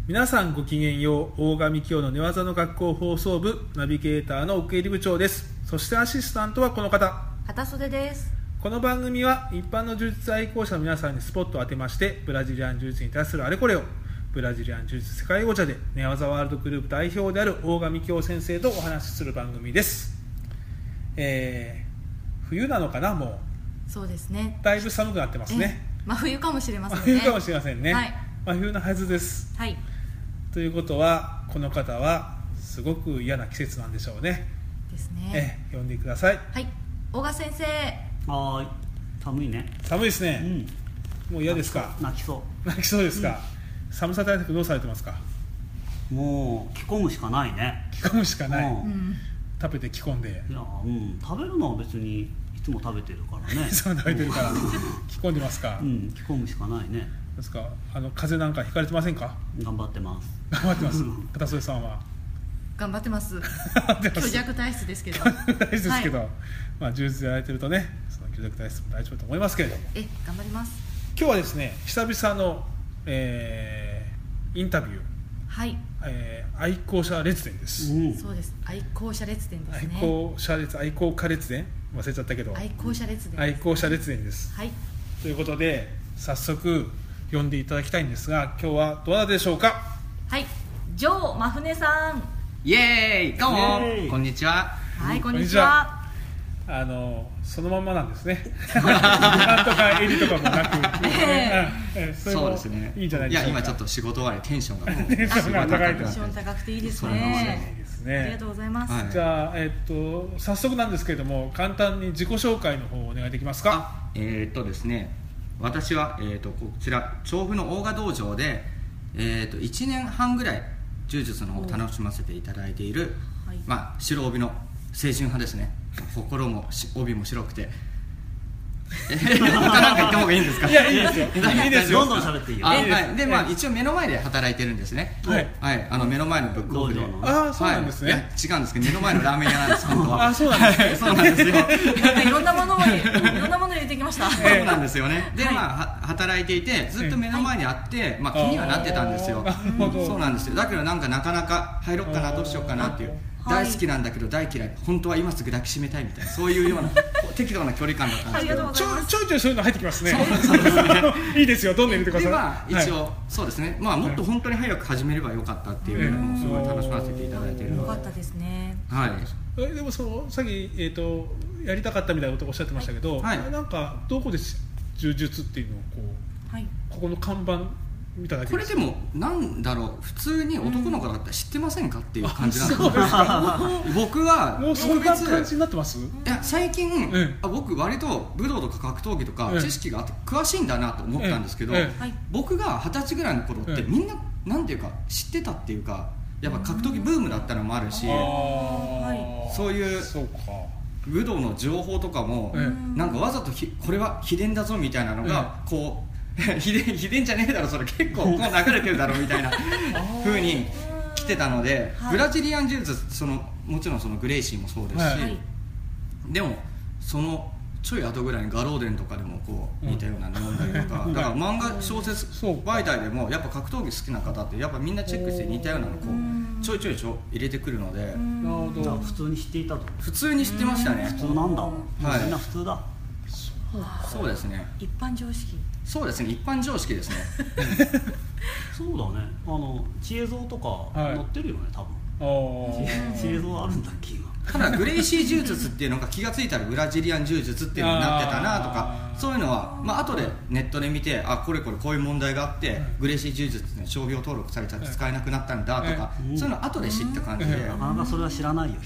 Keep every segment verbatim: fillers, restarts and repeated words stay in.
皆さんごきげんよう。大神教の寝技の学校放送部ナビゲーターの奥入部長です。そしてアシスタントはこの方、 旗袖です。 この番組は一般の柔術愛好者の皆さんにスポットを当てまして、ブラジリアン柔術に対するあれこれをブラジリアン柔術世界王者で寝技ワールドグループ代表である大神教先生とお話しする番組です。えー、冬なのかな。もうそうですね、 だいぶ寒くなってますね。 真冬かもしれませんね。 真冬かもしれませんね、 はい、 真冬のはずです。 はい。 ということはこの方はすごく嫌な季節なんでしょうね。 ですね。 え呼んでください。 はい、大賀先生。 はーい。寒いね。 寒いですね、 うん、 もう嫌ですか。 泣きそう泣きそうですか、うん、寒さ対策どうされてますか。 もう着込むしかないね。 着込むしかない、 うんうん食べて着込んで。 いや、うん、食べるのは別にいつも食べてるからね。 いつも食べてるから着込んでますか。 うん、着込むしかないね。 ですか。あの風邪なんかひかれてませんか。 頑張ってます。 頑張ってます。片添さんは頑張ってます。 ってます虚弱体質ですけど。 大事ですけど、 はい、 まあ柔術やられてるとね、その虚弱体質も大丈夫だと思いますけれども、 え頑張ります。 今日はですね、久々の、えー、インタビュー、 はい、 えー、愛好者列伝です、 うん、 そうです。愛好者列伝ですね。 愛好者列愛好家列伝忘れちゃったけど、 愛好者列伝。 愛好者列伝です。 はい。 ということで早速読んでいただきたいんですが、今日はどなたでしょうか。 はい、ジョー・マフネさん。 イエーイ、どうもイエーイこんにちは。 はい、こんにちこんにちはは。 あのそのまんまなんですね。なんとか襟とかもなく、 ええー、 そうですね。 いいんじゃないでしょうか。 いや、今ちょっと仕事終わりテンションがもうテンションが高いとテンション高くていいですそうなんですよね。 いいですありがね。 とうございます。 はいじゃあ、えっと早速なんですけれども、簡単に自己紹介の方をお願いできますか。 あ、えー、っとですね、私は、えー、っとこちら調布の大賀道場で、えー、っといちねんはんぐらい柔術の方を楽しませていただいている、 はい、 まあ、白帯の青春派ですね。心も帯も白くてえ他なんか言った方がいいんですか。 いや、いいですよ。いいですよ。 どんどん喋っていいよ。 あ、 いいですはい、で、まあ、一応目の前で働いてるんですね。 はいはい、あの目の前のブックオフで。 道場のああ、そうなんですね。 はい、いや違うんですけど、目の前のラーメン屋なんです本当は。 あ、そうなんですね。 そうなんですよ。 なんかいろんなものをいろんなものを入れてきました。 そうなんですよね。で、 はいまあは働いていてずっと目の前にあって、まあ、気にはなってたんですよ。 あーなるほどそうなんですよ。だけどなんかなかなか入ろっかな、どうしようかなっていう。 はい大好きなんだけど大嫌い、本当は今すぐ抱きしめたいみたいな、そういうような適度な距離感だったんですけど。 ありがとうございます。 ちょちょいちょいそういうの入ってきますね。 そうですね。 いいですよ。どんどん入れてください。 で、まあ、一応、 はい、 そうですね、まあ、もっと本当に早く始めればよかったっていうのもすごい楽しませていただいているので、 よかったですね。 はい、 えでもそのさっき、えー、とやりたかったみたいなことをおっしゃってましたけど、 はいなんかどこで柔術っていうのをこうはい。 ここの看板見ただけですか。 これでもなんだろう、普通に男の子だったら知ってませんかっていう感じなんですよ。 そうですか。 僕はもうそんな感じになってます。 いや最近、 ええあ僕割と武道とか格闘技とかええ知識があって詳しいんだなと思ったんですけど、 えええはい。 僕が二十歳ぐらいの頃ってええみんななんていうか知ってたっていうか、やっぱ格闘技ブームだったのもあるし、 あーはそういうそうか。 武道の情報とかも、 えなんかわざとひこれは秘伝だぞみたいなのが、こう秘伝秘伝じゃねえだろそれ結構もう流れてるだろみたいな風に来てたので、 はいブラジリアン柔術、そのもちろんそのグレイシーもそうですし、 はいはい。 でもそのちょい後ぐらいにガローデンとかでもこう似たようなの読んだりとか、 うんだから漫画小説そう媒体でもやっぱ格闘技好きな方ってやっぱみんなチェックして似たようなのこうんうちょいちょいちょい入れてくるので、 なるほじゃあど。 普通に知っていたと。 普通に知ってましたね。 普通なんだ。 はいみんな普通だ。 そうですね。 一般常識。 そうですね、一般常識ですね。 そうだね。あの知恵像とかはい載ってるよね、多分。 あー知恵像あるんだっけ今。 ただグレイシー柔術っていうのが気がついたらブラジリアン柔術っていうのになってたなとか、 あーそういうのは、まあ後でネットで見て、あこれこれこういう問題があってグレイシー柔術って商標登録されちゃって使えなくなったんだとか、 うんそういうの後で知った感じで、 なかなかそれは知らないよ。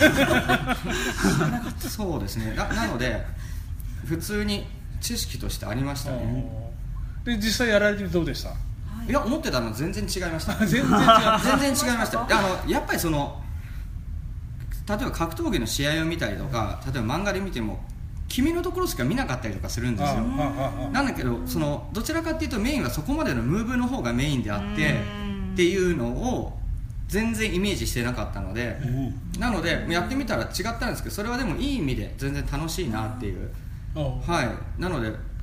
そうですね。ななので普通に知識としてありましたね。 で実際やられてみてどうでした。 いや思ってたの全然違いました。 全然違う。 全然違いました。あのやっぱりその例えば格闘技の試合を見たりとか、例えば漫画で見ても君のところしか見なかったりとかするんですよ。なんだけどそのどちらかっていうとメインはそこまでのムーブの方がメインであってっていうのを全然イメージしてなかったので、なのでやってみたら違ったんですけど、それはでもいい意味で全然楽しいなっていう、はい、なので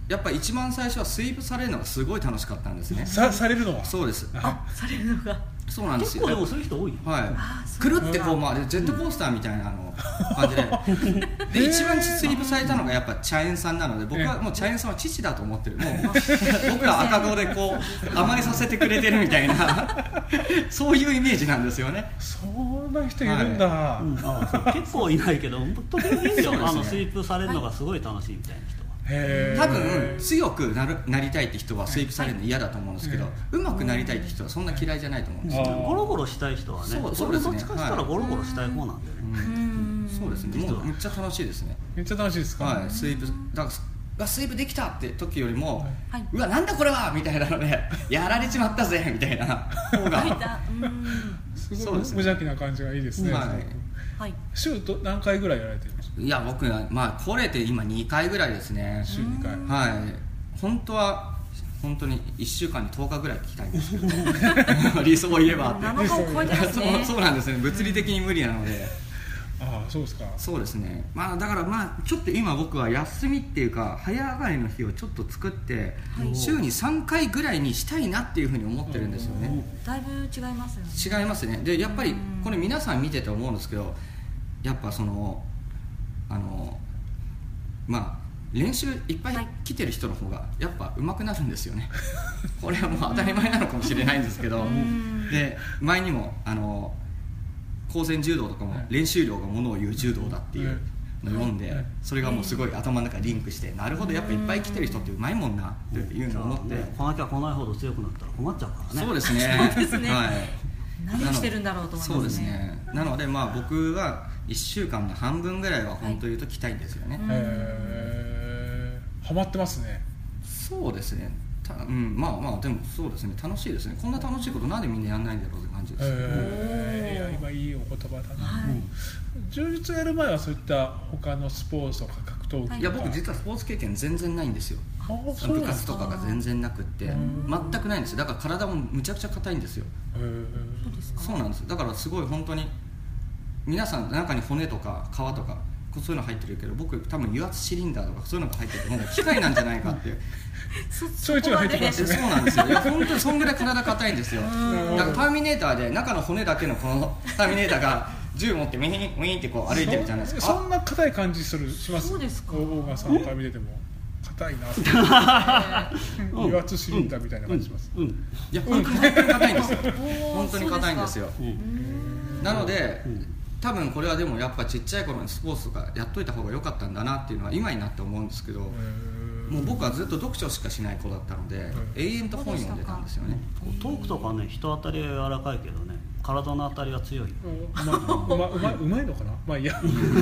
やっぱ一番最初はスイープされるのがすごい楽しかったんですね。 さされるのはそうです。 あ、されるのがそうなんですよ。 結構でもそういう人多いよ。 はいあー。 くるってこうまあジェットコースターみたいなあの感じで、で一番スイープされたのがやっぱ茶園さんなので、僕はもう茶園さんは父だと思ってる。もう僕ら赤子でこう甘えさせてくれてるみたいなそういうイメージなんですよね。 そんな人いるんだ、 うん、あそう結構いないけど時々いるよ、 そうですね。 あのスイープされるのがすごい楽しいみたいな人は。 へー多分強くなるなりたいって人はスイープされるの嫌だと思うんですけど、 は上手くなりたいって人はそんな嫌いじゃないと思うんですよ。 あーゴロゴロしたい人はね、 そうそうですね俺どっちかしたらゴロゴロしたい方なんだよね。 うんそうですね。もうめっちゃ楽しいですね。 めっちゃ楽しいですか、 はい、スイープだからうわスイープできたって時よりも、 はいうわなんだこれはみたいなのでやられちまったぜみたいな方いがたうんすごいそうですね無邪気な感じがいいですね、 はいすごくはい週と何回ぐらいやられてるんですか？ いや僕はまあこれって今にかいぐらいですね。 週にかい。 はい本当は本当にいっしゅうかんにとおかぐらい聞きたいんですけど理想を言えばってなのかを超えてますねそうそうなんですね。物理的に無理なのでああそうですか。 そうですね。まあだからまあちょっと今僕は休みっていうか早上がりの日をちょっと作って、 はい、 週にさんかいぐらいにしたいなっていうふうに思ってるんですよね。 だいぶ違いますよね。 違いますね。でやっぱりこれ皆さん見てて思うんですけど、やっぱそのあのまあ練習いっぱい来てる人の方がやっぱ上手くなるんですよねこれはもう当たり前なのかもしれないんですけどで前にもあの高専柔道とかも練習量がものを言う柔道だっていうのを読んで、それがもうすごい頭の中リンクして、なるほどやっぱいっぱい来てる人ってうまいもんなっていうのを思って、 ね、来なきゃ来ないほど強くなったら困っちゃうからね。 そうですねそうですねはい何をしてるんだろうと思いますね。 そうですね。なのでまあ僕はいっしゅうかんの半分ぐらいは本当言うと来たいんですよね。 へえハマってますね。 そうですね。たうんまあまあでもそうですね楽しいですね。こんな楽しいことなんでみんなやんないんだろうって感じです。 へえいや今いいお言葉だな、 はい、 柔術やる前はそういった他のスポーツとか格闘技とか、 いや僕実はスポーツ経験全然ないんですよ。 あそう部なんですか。 活とかが全然なくって全くないんですよ。だから体もむちゃくちゃ硬いんですよ。 へえそうですか。 そうなんです。だからすごい本当に皆さん中に骨とか皮とかそういうの入ってるけど、僕多分油圧シリンダーとかそういうのが入っててもう機械なんじゃないかっていうちょいちょい入ってますね。 そうなんですよ。いや本当にそんぐらい体硬いんですよ。だからターミネーターで中の骨だけのこのターミネーターが銃持ってウィーンウィーンってこう歩いてるじゃないですか。 そんな硬い感じするします。 そうですか。 大川さんから見てても硬いなって油圧シリンダーみたいな感じします、 うんうん、 いや本当に本当に硬いんですよ本当に硬いんですよ。なので、うん、多分これはでもやっぱちっちゃい頃にスポーツとかやっといた方が良かったんだなっていうのは今になって思うんですけど、もう僕はずっと読書しかしない子だったので永遠と本読んでたんですよね。 トークとかね人当たりは柔らかいけどね体の当たりは強いよ。 うまうまうまうまいのかな。まあいや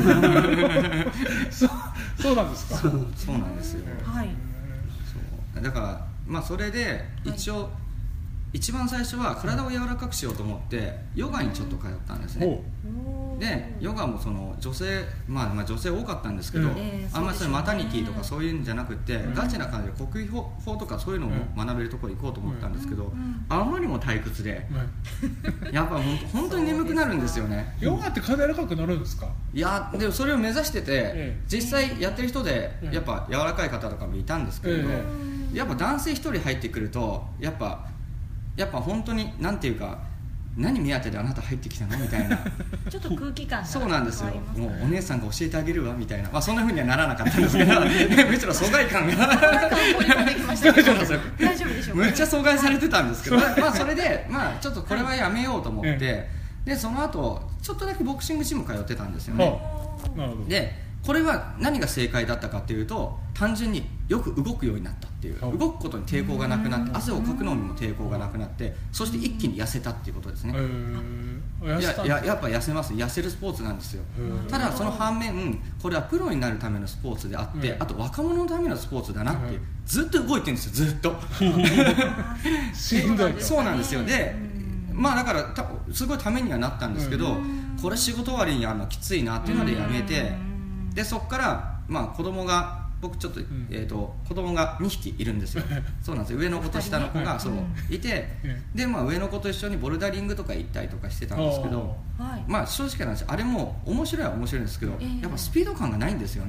そうそうなんですか。 そうそうなんですよ。 はい。 そうだからまあそれで一応、はい、一番最初は体を柔らかくしようと思ってヨガにちょっと通ったんですね。でヨガもその女性、まあ、まあ女性多かったんですけど、えー、あんまりそれマタニティとかそういうんじゃなくて、うん、ガチな感じで国威法とかそういうのを学べるところに行こうと思ったんですけど、うん、あまりにも退屈で、うん、やっぱ本当に眠くなるんですよね。 ヨガって体柔らかくなるんですか。 いやでもそれを目指してて、えー、実際やってる人でやっぱ柔らかい方とかもいたんですけど、えー、やっぱ男性一人入ってくるとやっぱやっぱ本当になんていうか何目当てであなた入ってきたのみたいなちょっと空気感がそうなんですよ。もうお姉さんが教えてあげるわみたいな、まあ、そんな風にはならなかったんですけどむしろ疎外感が大丈夫でしょうか。 むっちゃ阻害されてたんですけど、まあ、それで、まあ、ちょっとこれはやめようと思って、はい、でその後ちょっとだけボクシングジム通ってたんですよね。なるほど。でこれは何が正解だったかっていうと単純によく動くようになったっていう、動くことに抵抗がなくなって汗をかくのにも抵抗がなくなって、そして一気に痩せたっていうことですね。いやややっぱ痩せます。痩せるスポーツなんですよ。ただその反面これはプロになるためのスポーツであって、あと若者のためのスポーツだなってずっと動いてるんですよ。ずっとしんどい。 そうなんですよ。でまあだからたすごいためにはなったんですけど、これ仕事終わりにやるのきついなっていうのでやめて、でそこからまあ子供が僕ちょっと、うん、えーと子供がにひきいるんですよそうなんですよ。上の子と下の子がそういて、でまあ上の子と一緒にボルダリングとか行ったりとかしてたんですけど、まあ正直な話あれも面白いは面白いんですけど、やっぱスピード感がないんですよね。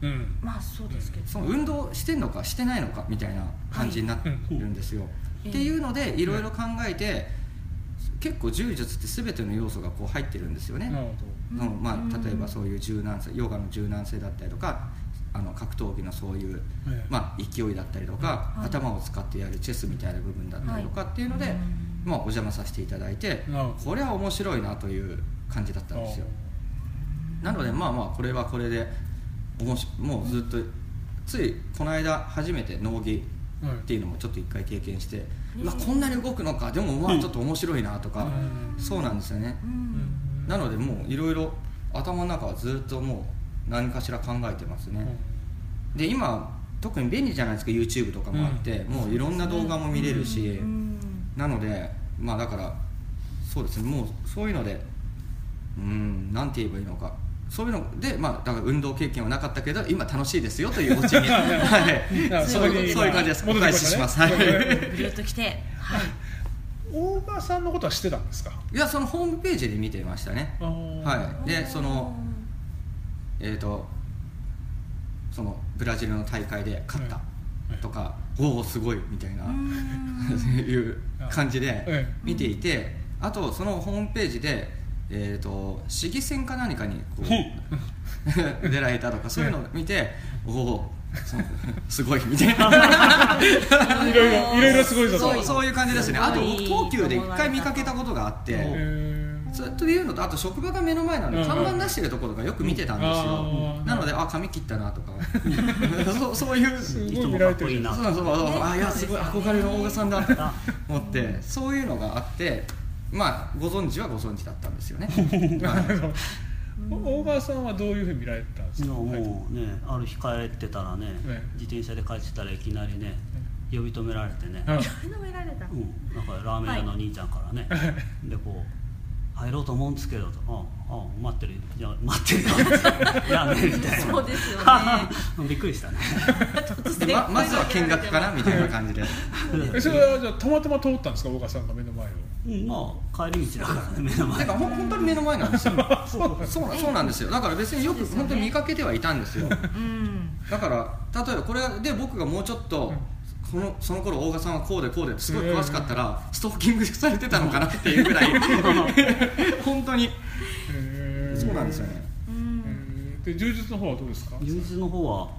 うん、 まあそうですけど、 その運動してんのかしてないのかみたいな感じになってるんですよ、はい、っていうのでいろいろ考えて、うん、結構柔術って全ての要素がこう入ってるんですよね、うん、まあ、例えばそういう柔軟性、ヨガの柔軟性だったりとか、あの格闘技のそういう、まあ、勢いだったりとか、はい、頭を使ってやるチェスみたいな部分だったりとかっていうので、はい、まあ、お邪魔させていただいて、これは面白いなという感じだったんですよ。なのでまあまあこれはこれでおもしもうずっとついこの間初めて脳技っていうのもちょっと一回経験して、うん、まあ、こんなに動くのか、でもまあちょっと面白いなとか、うん、そうなんですよね、うん、なのでもういろいろ頭の中はずっともう何かしら考えてますね、うん、で今特に便利じゃないですか、 YouTube とかもあって、うん、もういろんな動画も見れるし、うん、なのでまあだからそうですね、もうそういうので、うーん、なんて言えばいいのか、そういうので、まあ、だから運動経験はなかったけど今楽しいですよというオチに、はい、そういうそういう感じです。お返しします。はい。ぐるっと来て、はい。 大川さんのことは知ってたんですか？ いや、そのホームページで見てましたね。はい。で、そのえっ、ー、とそのブラジルの大会で勝ったとか、うん、おおすごいみたいないう感じで見ていて、あとそのホームページで。えー、と市議選か何かにこう出られたとかそういうのを見て、おおすごいみたいないろいろいろいろすごいぞと、そういう感じですね。あと僕東急で一回見かけたことがあって、というのと、あと職場が目の前なので看板出してるところがよく見てたんですよ。なので、あ、髪切ったなとかそ, そういう人もかっこいいな、 そうそうそう、あ、いやすごい憧れの大賀さんだと思って、そういうのがあって、まあご存知はご存知だったんですよね。 大川さんはどういうふうに見られたんですか？ もうね、ある日帰ってたらね、ね、自転車で帰ってたらいきなりね、呼び止められてね、 呼び止められた、 うん、なんかラーメン屋の兄ちゃんからね、はい、でこう入ろうと思うんですけど、ああ待ってる、じゃあ待ってるよやめみたいな。 そうですよねびっくりしたねま, まずは見学かなみたいな感じでそれはじゃあたまたま通ったんですか、大川さんが目の前を？ うん、まあ帰り道だからね、目の前。 だから本当に目の前なんですよそうそうそうなんですよ。だから別によく本当に見かけてはいたんですよ、うん、だから例えばこれで僕がもうちょっと、うん、このその頃大賀さんはこうでこうですごい詳しかったらストーキングされてたのかなっていうぐらい本当にそうなんですよね。 で柔術の方はどうですか？ 柔術の方は、はい、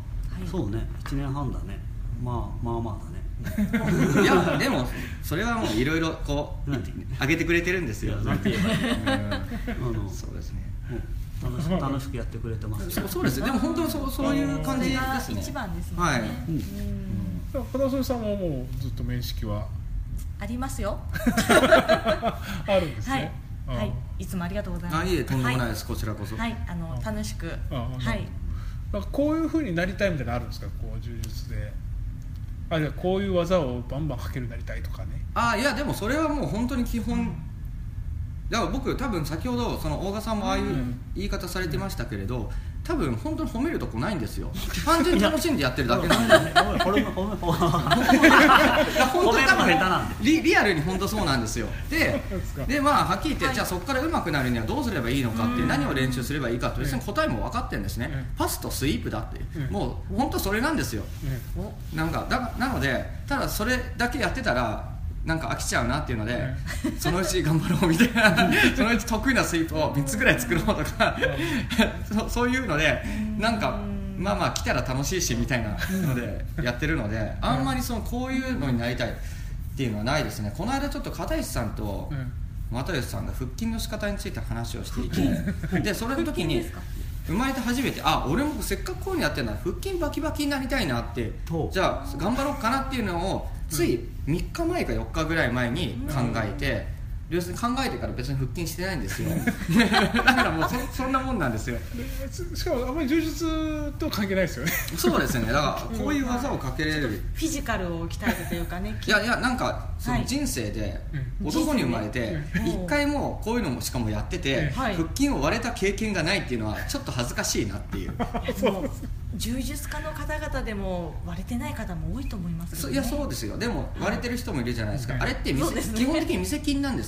そうね、いちねんはんだね、まあまあまあだねいやでもそれはもういろいろこう上げてくれてるんですよ。なんて言えばいいのそうですね、 楽しく楽しくやってくれてます。 そうそうです。でも本当にそうそういう感じですね。 一番ですね。 はい。 片添さんももうずっと面識はありますよ。 あるんですね。 はい、はい、いつもありがとうございます。 あ、いえ、とんでもないです、こちらこそ。 はい、あの楽しく、はい。 なんかこういう風になりたいみたいなのあるんですか、こう柔術で。あ、じゃあこういう技をバンバンかけるようになりたいとかね。 あ、いやでもそれはもう本当に基本、うん、だから僕多分先ほどその大賀さんもああいう言い方されてましたけれど、多分本当に褒めるとこないんですよ。単純に楽しんでやってるだけなんで。 褒め褒め褒めなんで。リリアルに本当そうなんですよ。で、でまあはっきり言って、はい、じゃあそこから上手くなるにはどうすればいいのかっていう、何を練習すればいいかって別に答えも分かってるんですね。パスとスイープだって、もう本当それなんですよ。なんかだなので、ただそれだけやってたら。なんか飽きちゃうなっていうので、そのうち頑張ろうみたいなそのうち得意なスイープをみっつぐらい作ろうとかそ, そういうのでなんかまあまあ来たら楽しいしみたいなのでやってるので、あんまりそのこういうのになりたいっていうのはないですね。この間ちょっと片石さんと又吉さんが腹筋の仕方について話をしていて、でそれの時に生まれて初めて、あ、俺もせっかくこういうのやってるなら腹筋バキバキになりたいなって、じゃあ頑張ろうかなっていうのをついみっかまえかよっかぐらい前に考えて、要するに考えてから別に腹筋してないんですよだからもう そ, そんなもんなんですよ。 しかもあんまり柔術と関係ないですよねそうですね。だからこういう技をかけれる、 フィジカルを鍛えるというかね。 いやいや、なんかその人生で男に生まれて一回もこういうのもしかもやってて、腹筋を割れた経験がないっていうのはちょっと恥ずかしいなっていう柔術家の方々でも割れてない方も多いと思いますけどね。 いやそうですよ。でも割れてる人もいるじゃないですか、はい、あれって、ね、基本的に見せ筋なんですよ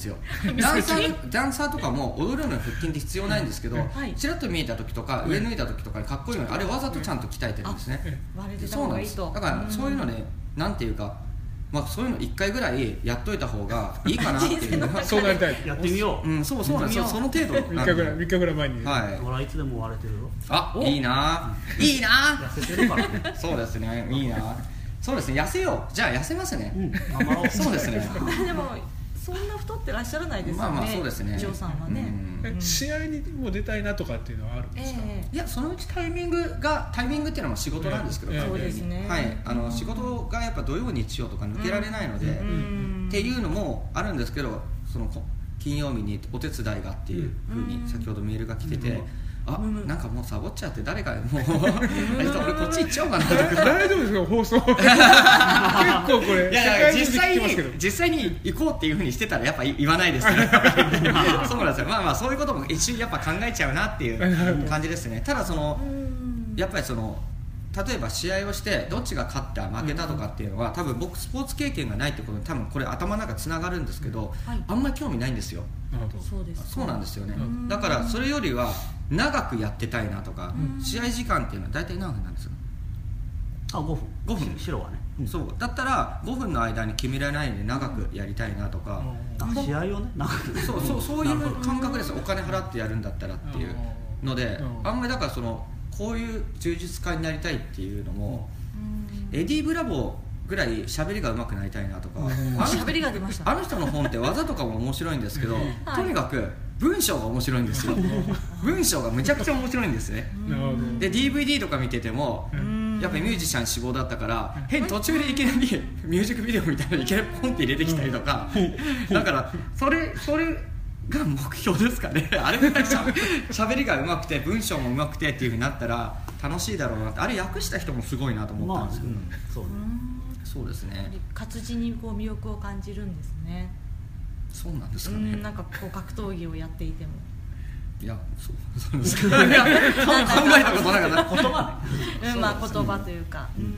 ですよダンサーダンサーとかも踊るのに腹筋って必要ないんですけど、 はい、 ちらっと見えた時とか上脱いだ時とかにかっこいいのにあれわざとちゃんと鍛えてるんですね。 割れてたそうなん方がいいと。 ですだからそういうのね、なんていうか、まあ、そういうのいっかいぐらいやっといた方がいいかなっていうそうなりたい。 やってみよう、 うん、そうそうなんですよ。その程度みっかぐらいみっかぐらい前に、 はい、 ほらいつでも割れてるよ。 あ、いいないいな痩せてるからねそうですね、いいなそうですね、痩せよう。じゃあ痩せますね、 うん、頑張ろうそうですねでもそんな太ってらっしゃらないですよね。 まあまあそうですね、 ジョーさんはね、 うんえ試合にも出たいなとかっていうのはあるんですか？ えいや、そのうちタイミングがタイミングっていうのは仕事なんですけど、 ええ完全にそうですねはい、あの仕事がやっぱ土曜日曜とか抜けられないので、 うんっていうのもあるんですけど、そのこ金曜日にお手伝いがっていうふうに先ほどメールが来てて、あ、なんかもうサボっちゃって誰かもう俺こっち行っちゃおうかなとか大丈夫ですか放送結構これいやいや、実世界中で聞際いてますけどに実際に行こうっていうふうにしてたらやっぱ言わないですねそうなんですよ。まあまあそういうことも一瞬やっぱ考えちゃうなっていう感じですね。ただそのやっぱりその例えば試合をしてどっちが勝った負けたとかっていうのは、多分僕スポーツ経験がないってことに多分これ頭の中つながるんですけど、 はい、 あんまり興味ないんですよ。 なるほど。 そうです。 そうなんですよね。だからそれよりは長くやってたいなとか、試合時間っていうのは大体何分なんですか？ あ、ごふんごふん白はね、うん、 そうだったらごふんの間に決められないので長くやりたいなとか、 あ試合をね長くそうそうそういう感覚です。お金払ってやるんだったらっていうので、あんまりだからそのこういう柔術家になりたいっていうのも、エディ・ブラボーぐらい喋りが上手くなりたいなとか、 喋りが出ました。 あの人の本って技とかも面白いんですけど、とにかく文章が面白いんですよ文章がむちゃくちゃ面白いんですね。 なるほど。 で ディーブイディー とか見てても、やっぱりミュージシャン志望だったから、変途中でいきなりミュージックビデオみたいなのいきなりポンって入れてきたりとか、だからそれそれが目標ですかねあれぐらいしゃべりが上手くて文章も上手くてっていう風になったら楽しいだろうなって。あれ訳した人もすごいなと思ったんですけど、 まあうん、そうね、 そうですね。 活字にこう魅力を感じるんですね。 そうなんですうかね。 ん、なんかこう格闘技をやっていても、 いや、そうそうですけどいや考えたことなかった言葉ねうん、まあ言葉というか、 うん、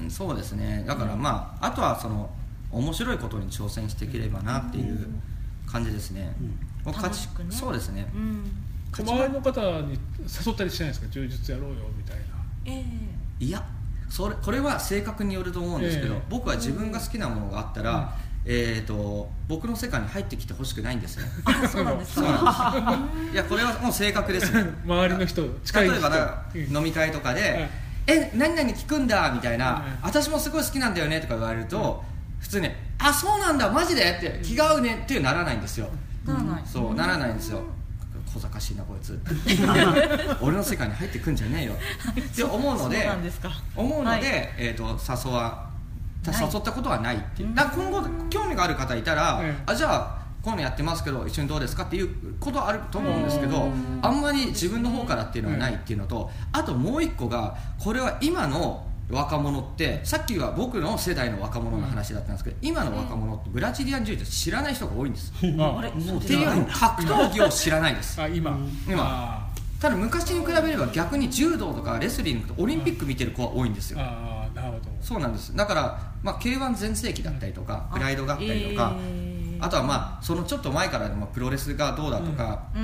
そうですね。だからまああとはその面白いことに挑戦していければなっていう感じですね。 うん、楽しくね。 そうですね。 うん、 周りの方に誘ったりしないですか？柔術やろうよみたいな。 えいや、それこれは性格によると思うんですけど、 ええ、 僕は自分が好きなものがあったら、うん、えー、と僕の世界に入ってきてほしくないんですね。 あ、そうなんですか。 そうなんですいや、これはもう性格ですね周りの人、近い人、 例えばな、うん、飲み会とかで、うん、え、何々聞くんだみたいな、うん、私もすごい好きなんだよねとか言われると、うん、普通にあ、そうなんだマジでって気が合うねってならないんですよ。 ならない、 そうならないんですよ。小賢しいなこいつ俺の世界に入ってくんじゃねえよって思うので、思うので、はい、えー、と誘わ誘ったことはないっていう、はい、だから今後興味がある方いたら、うん、あ、じゃあこういうのやってますけど一緒にどうですかっていうことはあると思うんですけど、あんまり自分の方からっていうのはないっていうのと、あともう一個が、これは今の若者って、さっきは僕の世代の若者の話だったんですけど、今の若者ってブラジリアン柔術知らない人が多いんです。 あれっていうのも格闘技を知らないです。 あ、今今ただ昔に比べれば逆に柔道とかレスリングとオリンピック見てる子は多いんですよ。 あ、なるほど。 そうなんです。だから、まあ、ケーワン 全盛期だったりとかプライドがあったりとか、 あ,、えー、あとはまあそのちょっと前からでもプロレスがどうだとか、うん、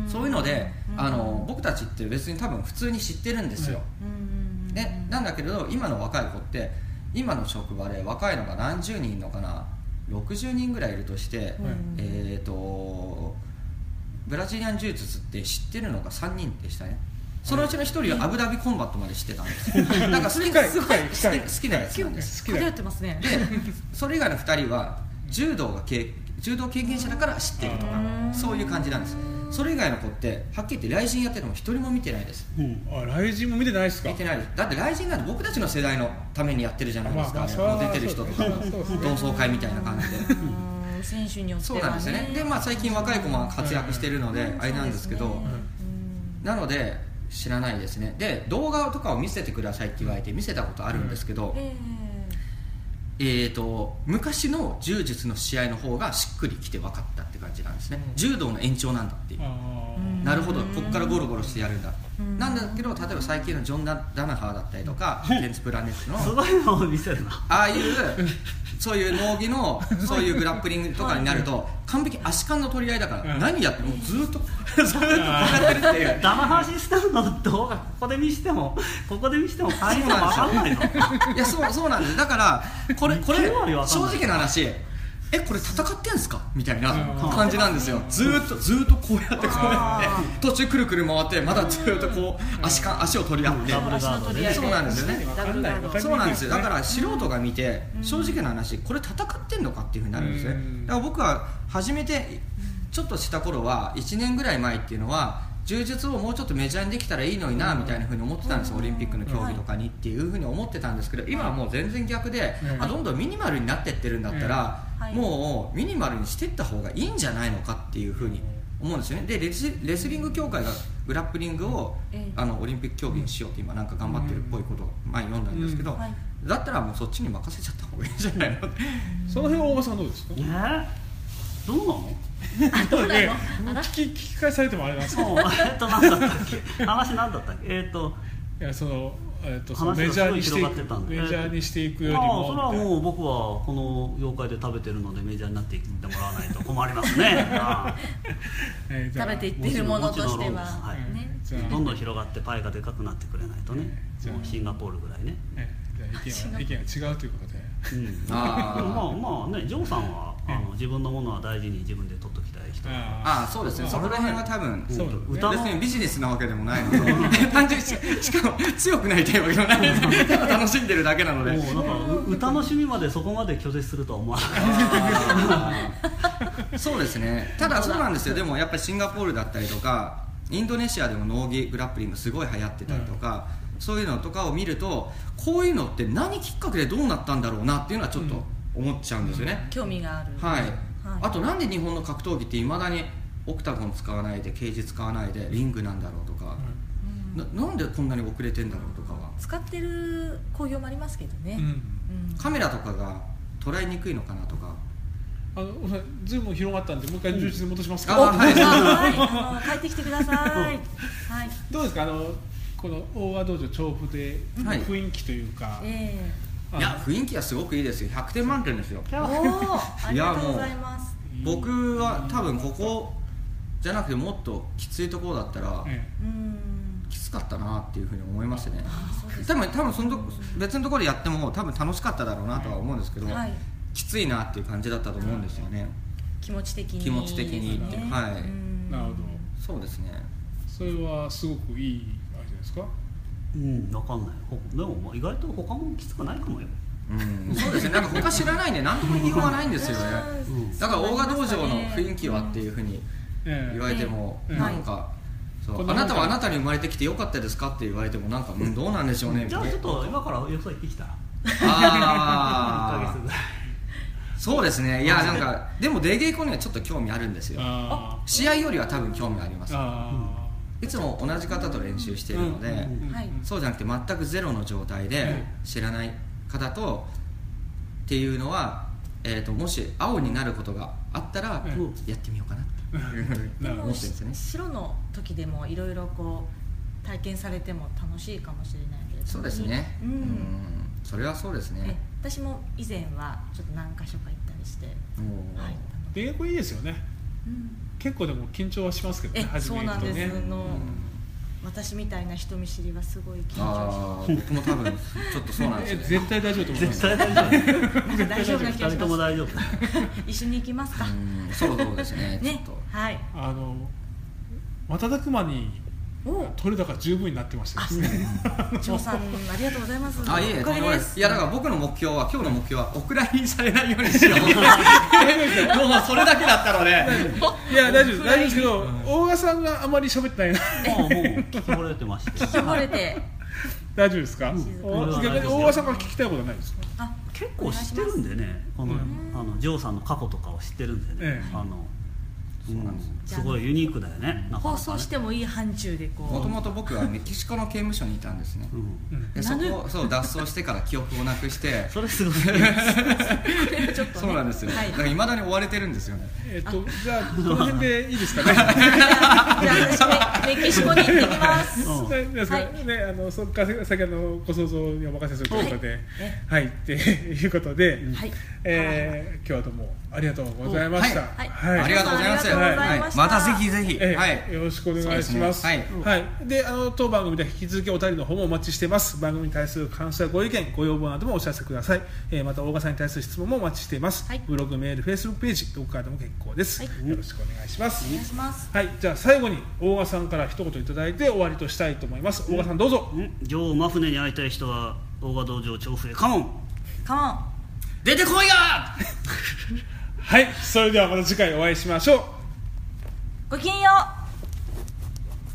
そういうので、あの僕たちって別に多分普通に知ってるんですよ。うん、ね、なんだけれど今の若い子って今の職場で若いのが何十人いるのかな、ろくじゅうにんぐらいいるとして、うん、えーとブラジリアン柔術って知ってるのがさんにんでしたね。そのうちのひとりはアブダビコンバットまで知ってたんですよ。なんか好きな好きなやつなんです。 好きなやってますね。 でそれ以外のふたりは柔道が経柔道経験者だから知ってるとか、そういう感じなんです。それ以外の子ってはっきり言ってライジンやってるのも一人も見てないです。 うん、あ、ライジンも見てないですか？ 見てないです。だってライジンなんて僕たちの世代のためにやってるじゃないですか。まあ、出てる人とか同窓会みたいな感じで。 選手によってはね。 そうなんですよね。で、まあ、最近若い子も活躍してるのであれなんですけど、なので知らないですね。で動画とかを見せてくださいって言われて見せたことあるんですけど、えー、えーと昔の柔術の試合の方がしっくりきて分かったって感じなんですね。柔道の延長なんだっていう、なるほどここからゴロゴロしてやるんだ。 なんだけど例えば最近のジョン・ダナハーだったりとかテンツプラネットのすごいのを見せるなああいうそういう農技のそういうグラップリングとかになると完璧足感の取り合いだから何やってもずっとずっとこうやってるっていうダマハシステムの動画ここで見してもここで見しても大変分かんないのいやそうそうなんです。だからこれこれきゅう割わかんない正直な話えこれ戦ってんすかみたいな感じなんですよ。ずーっとずーっとこうやってこうやって途中くるくる回ってまだずーっとこう足か足を取り合ってダブルガードでそうなんですよね。 ダブルガードそうなんですよ。だから素人が見て正直な話これ戦ってんのかっていうふうになるんですね。だから僕は初めてちょっとした頃はいちねんぐらい前っていうのは柔術をもうちょっとメジャーにできたらいいのになみたいな風に思ってたんですよ。オリンピックの競技とかにっていう風に思ってたんですけど今はもう全然逆であどんどんミニマルになってってるんだったらもうミニマルにしていった方がいいんじゃないのかっていう風に思うんですよね。でレス、レスリング協会がグラップリングをあのオリンピック競技にしようって今なんか頑張ってるっぽいことを前に読んだんですけどだったらもうそっちに任せちゃった方がいいんじゃないのってその辺は大場さんどうですか？ えー、どうなのどうね聞き聞き返されてもあれなんですけどそうえっと何だったっけ話何だったっけえっといやそのえっとその話がメジャーにしていくすごい広がってたんでメジャーにしていくよりああもそれはもう僕はこの業界で食べてるのでメジャーになっていってもらわないと困りますねああえーじゃあ食べていっているものとしてはもちろんはいねじゃあどんどん広がってパイがでかくなってくれないとねじゃあもうシンガポールぐらいねえーじゃあ意見が意見が違うということでうんあーまあまあねジョーさんはあの自分のものは大事に自分で取っときたい人あああそうですね。そこら辺は多分そう歌の別にビジネスなわけでもないので単純にししかも強くなりたいわけでもないのでただ楽しんでるだけなのでもうなんかう歌の趣味までそこまで拒絶するとは思わなかっあーそうですね。ただそうなんですよ。でもやっぱりシンガポールだったりとかインドネシアでも農技グラップリングすごい流行ってたりとか、うん、そういうのとかを見るとこういうのって何きっかけでどうなったんだろうなっていうのはちょっと思っちゃうんですよね、 うん、興味があるはい、 はい、 あとなんで日本の格闘技っていまだにオクタゴン使わないでケージ使わないでリングなんだろうとか、うん、な, なんでこんなに遅れてんだろうとかは使ってる工業もありますけどね、 うんうん、 カメラとかが捉えにくいのかなとかあのズーム広がったんでもう一回充実に戻しますか、 うん、あはい、 はい、あの帰ってきてください、はい、 どうですかあのこの大川道場調布で雰囲気というか、はいえー、いや雰囲気はすごくいいですよ。ひゃくてん満点ですよ。 おーありがとうございます。 僕は多分ここじゃなくてもっときついところだったら、ええ、きつかったなっていうふうに思いますね。多分多分そのと別のところでやっても多分楽しかっただろうなとは思うんですけど、はい、きついなっていう感じだったと思うんですよね。 気持ち的に気持ち的にって、ね、はい。 なるほど。 そうですね。 それはすごくいいあれじゃないですか。 うん、分かんない。でも意外と他もきつくないかもよ。 うん、そうですね。なんか他知らないんで何とも言いようがないんですよね。うん、だから大賀道場の雰囲気はっていうふうに言われても、ええ、なんか、そう、あなたはあなたに生まれてきてよかったですかって言われてもなんか、うん、どうなんでしょうねみたいな。 じゃあちょっと今からよそ行ってきたら。 ああ。いっかげつぐらい。そうですね。いやなんかでも出稽古にはちょっと興味あるんですよ。試合よりは多分興味あります。いつも同じ方と練習しているので、うんうんうん、そうじゃなくて全くゼロの状態で知らない方とっていうのは、えー、ともし青になることがあったら、うん、やってみようかなっていうふうに思ってるんですね。 白の時でもいろいろこう体験されても楽しいかもしれないけど、 そうですね、うん、うんそれはそうですね。 私も以前はちょっと何か所か行ったりして、はい、 出稽古いいですよね、うん、結構でも緊張はしますけどね。 えそうなんです、ね、の、うん、私みたいな人見知りはすごい緊張します。 僕も多分ちょっとそうなんですよ、ね、 絶対大丈夫と思います。 絶対大丈夫大丈夫な気がします。 ふたりとも大丈夫一緒に行きますか。 うんそうそうですねね、はい、 あの瞬く間に取れ高十分になってましたですね。 ジョーさんありがとうございます。 あいえいえとんでもないです。いやだから僕の目標は今日の目標はお蔵入りされないようにしよう。もうそれだけだったので。 いや大丈夫大丈夫ですけど、大賀さんがあまり喋ってないな。 もう聞き惚れてまして。 聞き惚れて。 大丈夫ですか。逆に大賀さんから聞きたいことはないですか。 あ結構知ってるんでね。このあのジョーさんの過去とかを知ってるんでね。あのそうなんです、 うん、すごいユニークだよね。なかなかね放送してもいい範疇でこうもともと僕はメキシコの刑務所にいたんですね、 うん、 でそこをそう脱走してから記憶をなくしてそれすごいちょっと、ね、 そうなんですよ、 はい、 だから未だに追われてるんですよね。 えっとじゃあこの辺でいいですかね。 じゃあ私メキシコに行ってきます。 うんねですからね、あのそっか先あのご想像にお任せするということで、はい、っていうことで、 はいえー、今日はどうもありがとうございました。 はいはい、 ありがとうございます。 ありがとうございました。 またぜひぜひ、 えーはい、 よろしくお願いします。 はい、 はい、で、あの当番組で引き続きお便りの方もお待ちしています。番組に対する感想やご意見、ご要望などもお知らせください。えー、また大賀さんに対する質問もお待ちしています。 はい、 ブログ、メール、フェイスブックページ、どこからでも結構です。はい、よろしくお願いします。 お願いします。 はい、じゃあ最後に大賀さんから一言いただいて終わりとしたいと思います。大賀さんどうぞ。 うん、女王マフネに会いたい人は大賀道場調布へカモンカモン出てこいがはい、それではまた次回お会いしましょう。 ごきげんよう。